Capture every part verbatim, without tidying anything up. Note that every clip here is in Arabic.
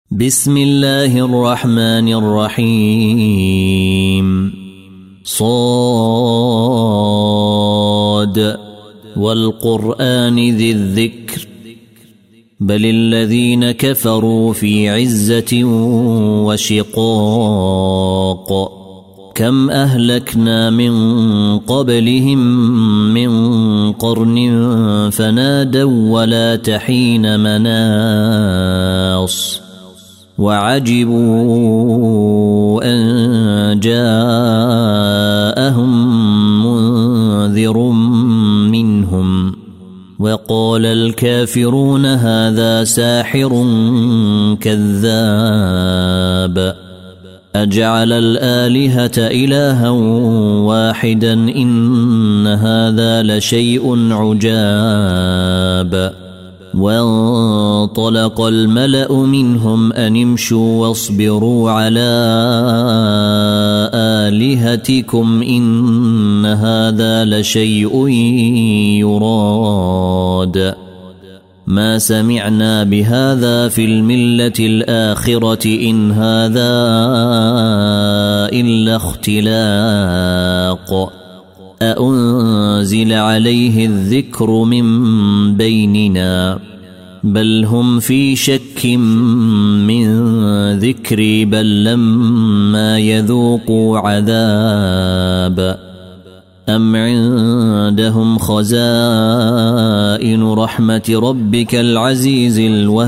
بسم الله الرحمن الرحيم. صاد والقرآن ذي الذكر بل الذين كفروا في عزة وشقاق كم أهلكنا من قبلهم من قرن فنادوا ولا تحين مناص وعجبوا أن جاءهم منذر منهم وقال الكافرون هذا ساحر كذاب أجعل الآلهة إلها واحدا إن هذا لشيء عجاب وانطلق الملأ منهم أن امشوا واصبروا على آلهتكم إن هذا لشيء يراد ما سمعنا بهذا في الملة الآخرة إن هذا إلا اختلاق أأنزل عليه الذكر من بيننا بل هم في شك من ذكري بل لما يذوقوا عذاب أم عندهم خزائن رحمة ربك العزيز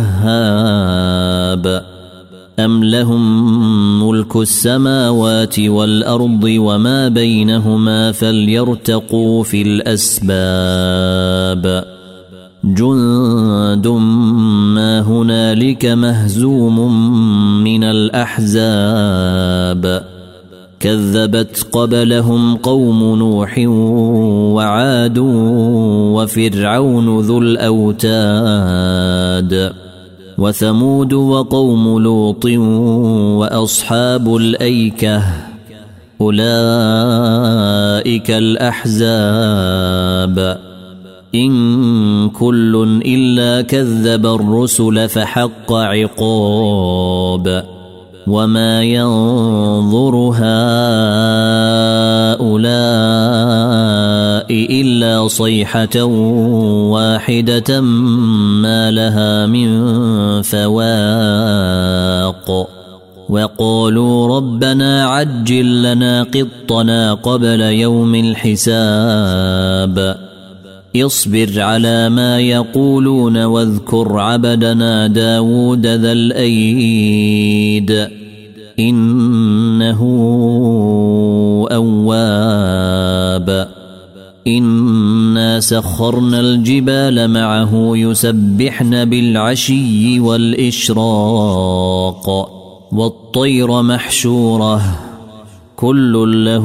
الوهاب أم لهم ملك السماوات والأرض وما بينهما فليرتقوا في الأسباب جند ما هنالك مهزوم من الأحزاب كذبت قبلهم قوم نوح وعاد وفرعون ذو الأوتاد وثمود وقوم لوط وأصحاب الأيكة أولئك الأحزاب إن كل إلا كذب الرسل فحق عقاب وما ينظر هؤلاء إلا صيحة واحدة ما لها من فواق وقالوا ربنا عجل لنا قطنا قبل يوم الحساب اصبر على ما يقولون واذكر عبدنا داود ذا الأيد إنه أواب إنا سخرنا الجبال معه يسبحن بالعشي والإشراق والطير محشورة كل له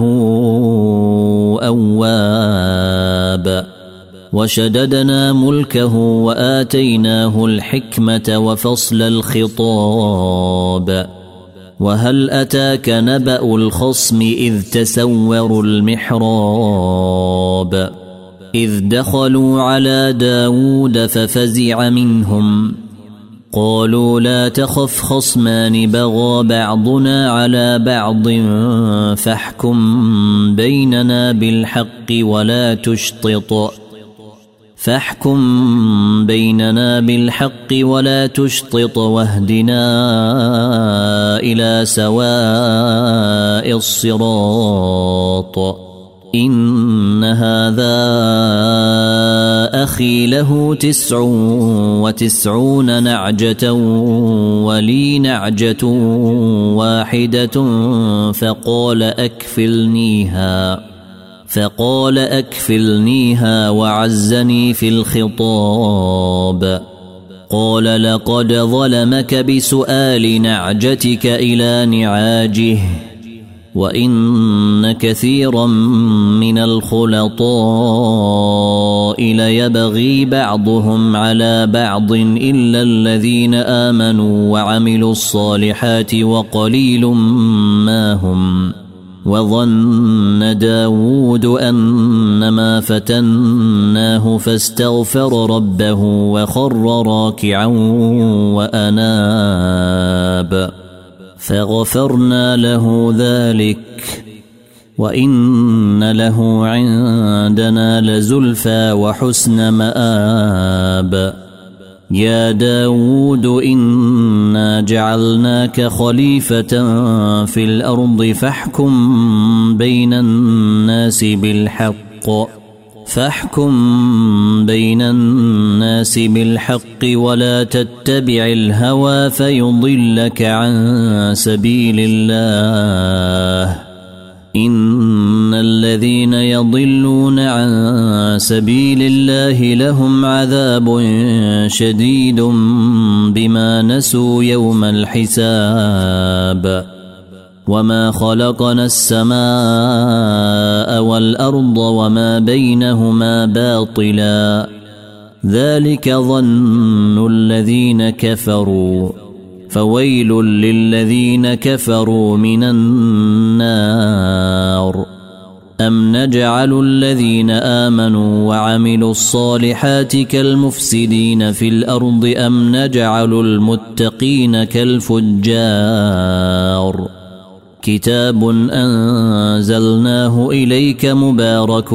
أواب وشددنا ملكه وآتيناه الحكمة وفصل الخطاب وهل أتاك نبأ الخصم إذ تسوروا المحراب إذ دخلوا على داود ففزع منهم قالوا لا تخف خصمان بغى بعضنا على بعض فاحكم بيننا بالحق ولا تشطط فاحكم بيننا بالحق ولا تشطط واهدنا إلى سواء الصراط إن هذا أخي له تسع وتسعون نعجة ولي نعجة واحدة فقال أكفلنيها فقال أكفلنيها وعزني في الخطاب قال لقد ظلمك بسؤال نعجتك إلى نعاجه وإن كثيرا من الخلطاء ليبغي بعضهم على بعض إلا الذين آمنوا وعملوا الصالحات وقليل ما هم وظن داود أنما فتناه فاستغفر ربه وخر راكعا وأناب فغفرنا له ذلك وإن له عندنا لزلفى وحسن مآب يا داود إنا جعلناك خليفة في الأرض فاحكم بين الناس بالحق فاحكم بين الناس بالحق ولا تتبع الهوى فيضلك عن سبيل الله إن الذين يضلون عن سبيل الله لهم عذاب شديد بما نسوا يوم الحساب وما خلقنا السماء والأرض وما بينهما باطلا ذلك ظن الذين كفروا فويل للذين كفروا من النار أم نجعل الذين آمنوا وعملوا الصالحات كالمفسدين في الأرض أم نجعل المتقين كالفجار كتاب أنزلناه إليك مبارك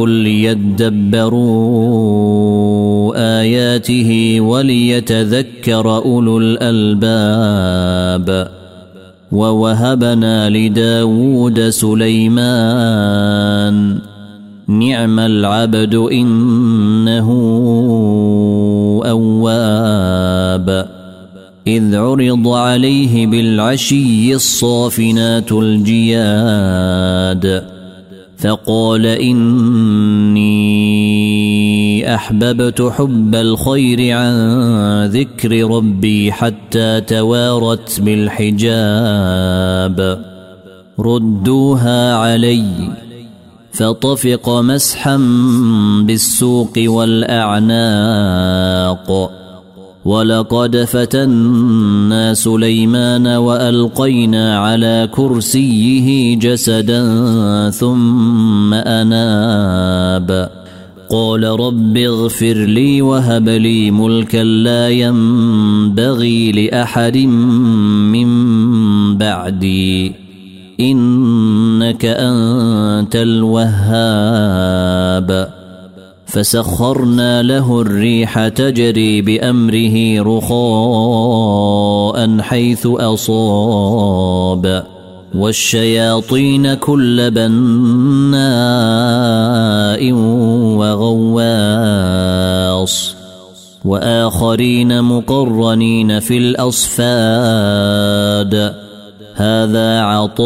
ليدبروا آياته وليتذكر أولو الألباب ووهبنا لداود سليمان نعم العبد إنه أواب إذ عرض عليه بالعشي الصافنات الجياد فقال إني أحببت حب الخير عن ذكر ربي حتى توارت بالحجاب ردوها علي فطفق مسحا بالسوق والأعناق ولقد فتنا سليمان وألقينا على كرسيه جسدا ثم أناب قال رب اغفر لي وهب لي ملكا لا ينبغي لأحد من بعدي إنك أنت الوهاب فسخرنا له الريح تجري بأمره رخاء حيث أصاب والشياطين كل بناء وغواص وآخرين مقرنين في الأصفاد هذا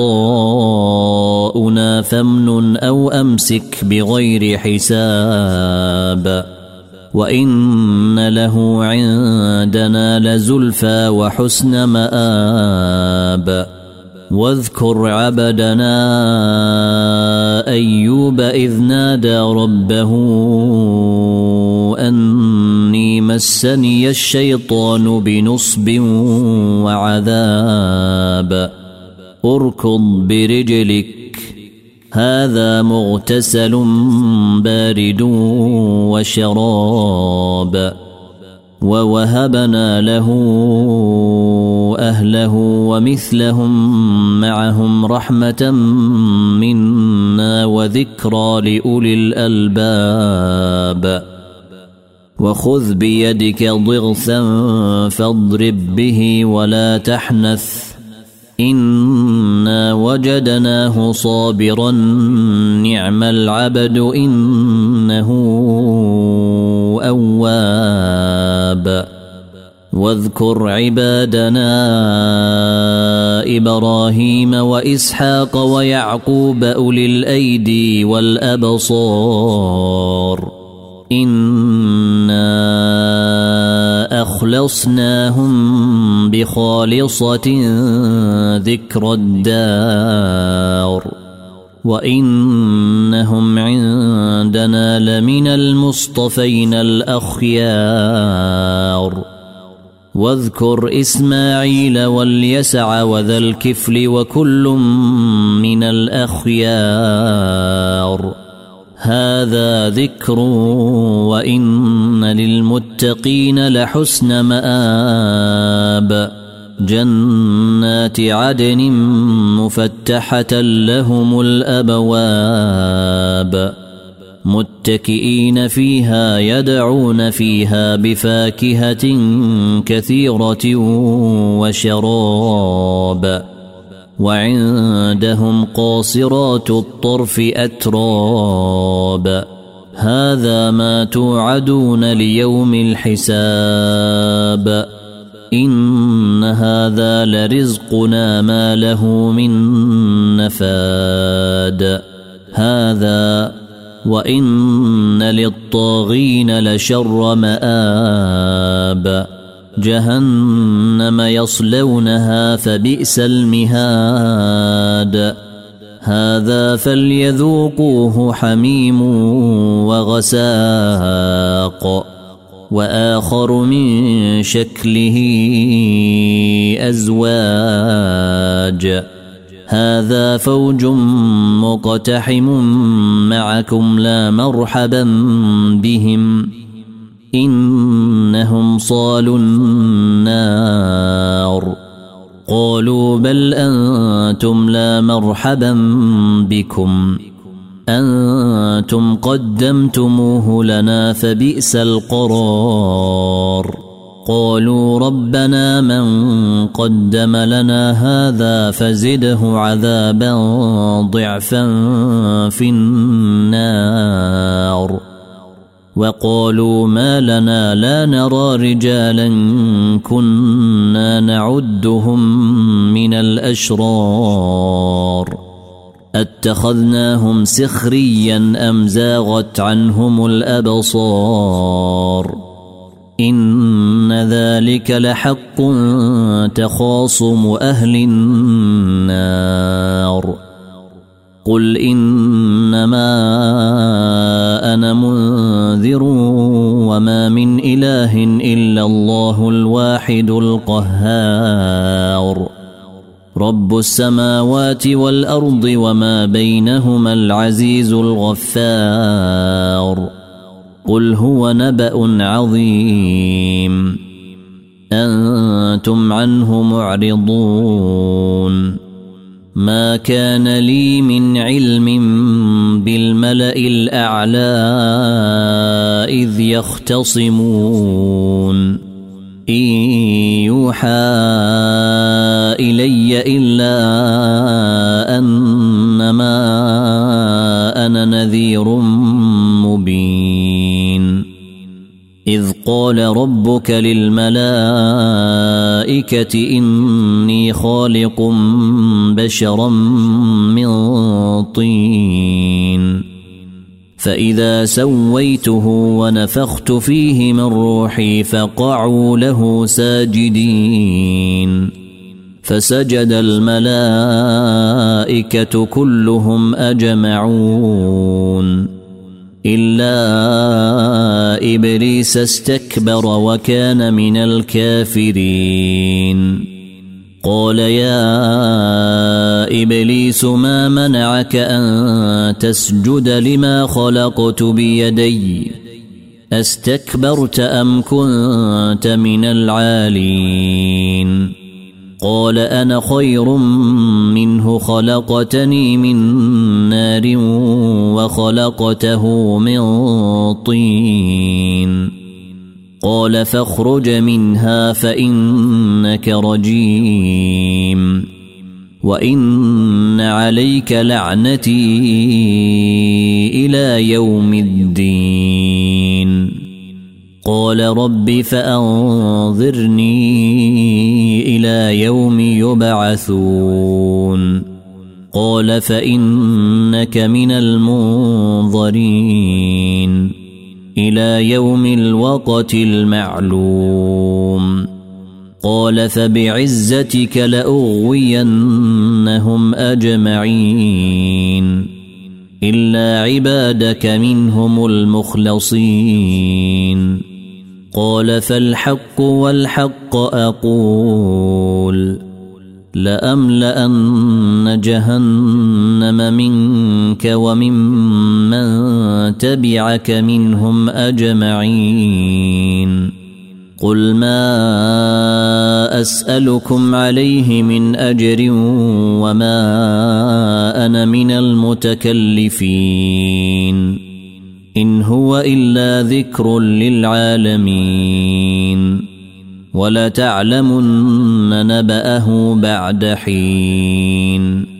عطاؤنا فامنن أو أمسك بغير حساب وإن له عندنا لزلفى وحسن مآب واذكر عبدنا أيوب إذ نادى ربه أني مسني الشيطان بنصب وعذاب اركض برجلك هذا مغتسل بارد وشراب ووهبنا له أهله ومثلهم معهم رحمة منا وذكرى لأولي الألباب وخذ بيدك ضغثا فاضرب به ولا تحنث إنا وجدناه صابرا نعم العبد إنه أواب واذكر عبادنا إبراهيم وإسحاق ويعقوب أولي الأيدي والأبصار إنا أخلصناهم بخالصة ذكر الدار وإنهم عندنا لمن المصطفين الأخيار واذكر إسماعيل واليسع وذا الكفل وكل من الأخيار هذا ذكر وإن للمتقين لحسن مآب جنات عدن مفتحة لهم الأبواب متكئين فيها يدعون فيها بفاكهة كثيرة وشراب وعندهم قاصرات الطرف أتراب هذا ما توعدون ليوم الحساب إن هذا لرزقنا ما له من نفاد هذا وإن للطاغين لشر مآب جهنم يصلونها فبئس المهاد هذا فليذوقوه حميم وغساق وآخر من شكله أزواج هذا فوج مقتحم معكم لا مرحبا بهم إنهم صالوا النار قالوا بل أنتم لا مرحبا بكم أنتم قدمتموه لنا فبئس القرار قالوا ربنا من قدم لنا هذا فزده عذابا ضعفا في النار وقالوا ما لنا لا نرى رجالا كنا نعدهم من الأشرار اتخذناهم سخريا أم زاغت عنهم الأبصار إن ذلك لحق تخاصم أهل النار قل إنما أنا منذر وما من إله إلا الله الواحد القهار رب السماوات والأرض وما بينهما العزيز الغفار قل هو نبأ عظيم أنتم عنه معرضون ما كان لي من علم بالملأ الأعلى إذ يختصمون إن يوحى إلي إلا أنما أنا نذير مبين إذ قال ربك للملائكة إني خالق بشرا من طين فإذا سويته ونفخت فيه من روحي فقعوا له ساجدين فسجد الملائكة كلهم أجمعون إلا إبليس استكبر وكان من الكافرين قال يا إبليس ما منعك أن تسجد لما خلقت بيدي أستكبرت أم كنت من العالين قال أنا خير منه خلقتني من نار وخلقته من طين قال فاخرج منها فإنك رجيم وإن عليك لعنتي إلى يوم الدين قال رب فأنظرني إلى يوم يبعثون قال فإنك من المنظرين إلى يوم الوقت المعلوم قال فبعزتك لأغوينهم أجمعين إلا عبادك منهم المخلصين قال فالحق والحق أقول لأملأن جهنم منك وممن تبعك منهم أجمعين قل ما أسألكم عليه من أجر وما أنا من المتكلفين إن هو إلا ذكر للعالمين ولتعلمن نبأه بعد حين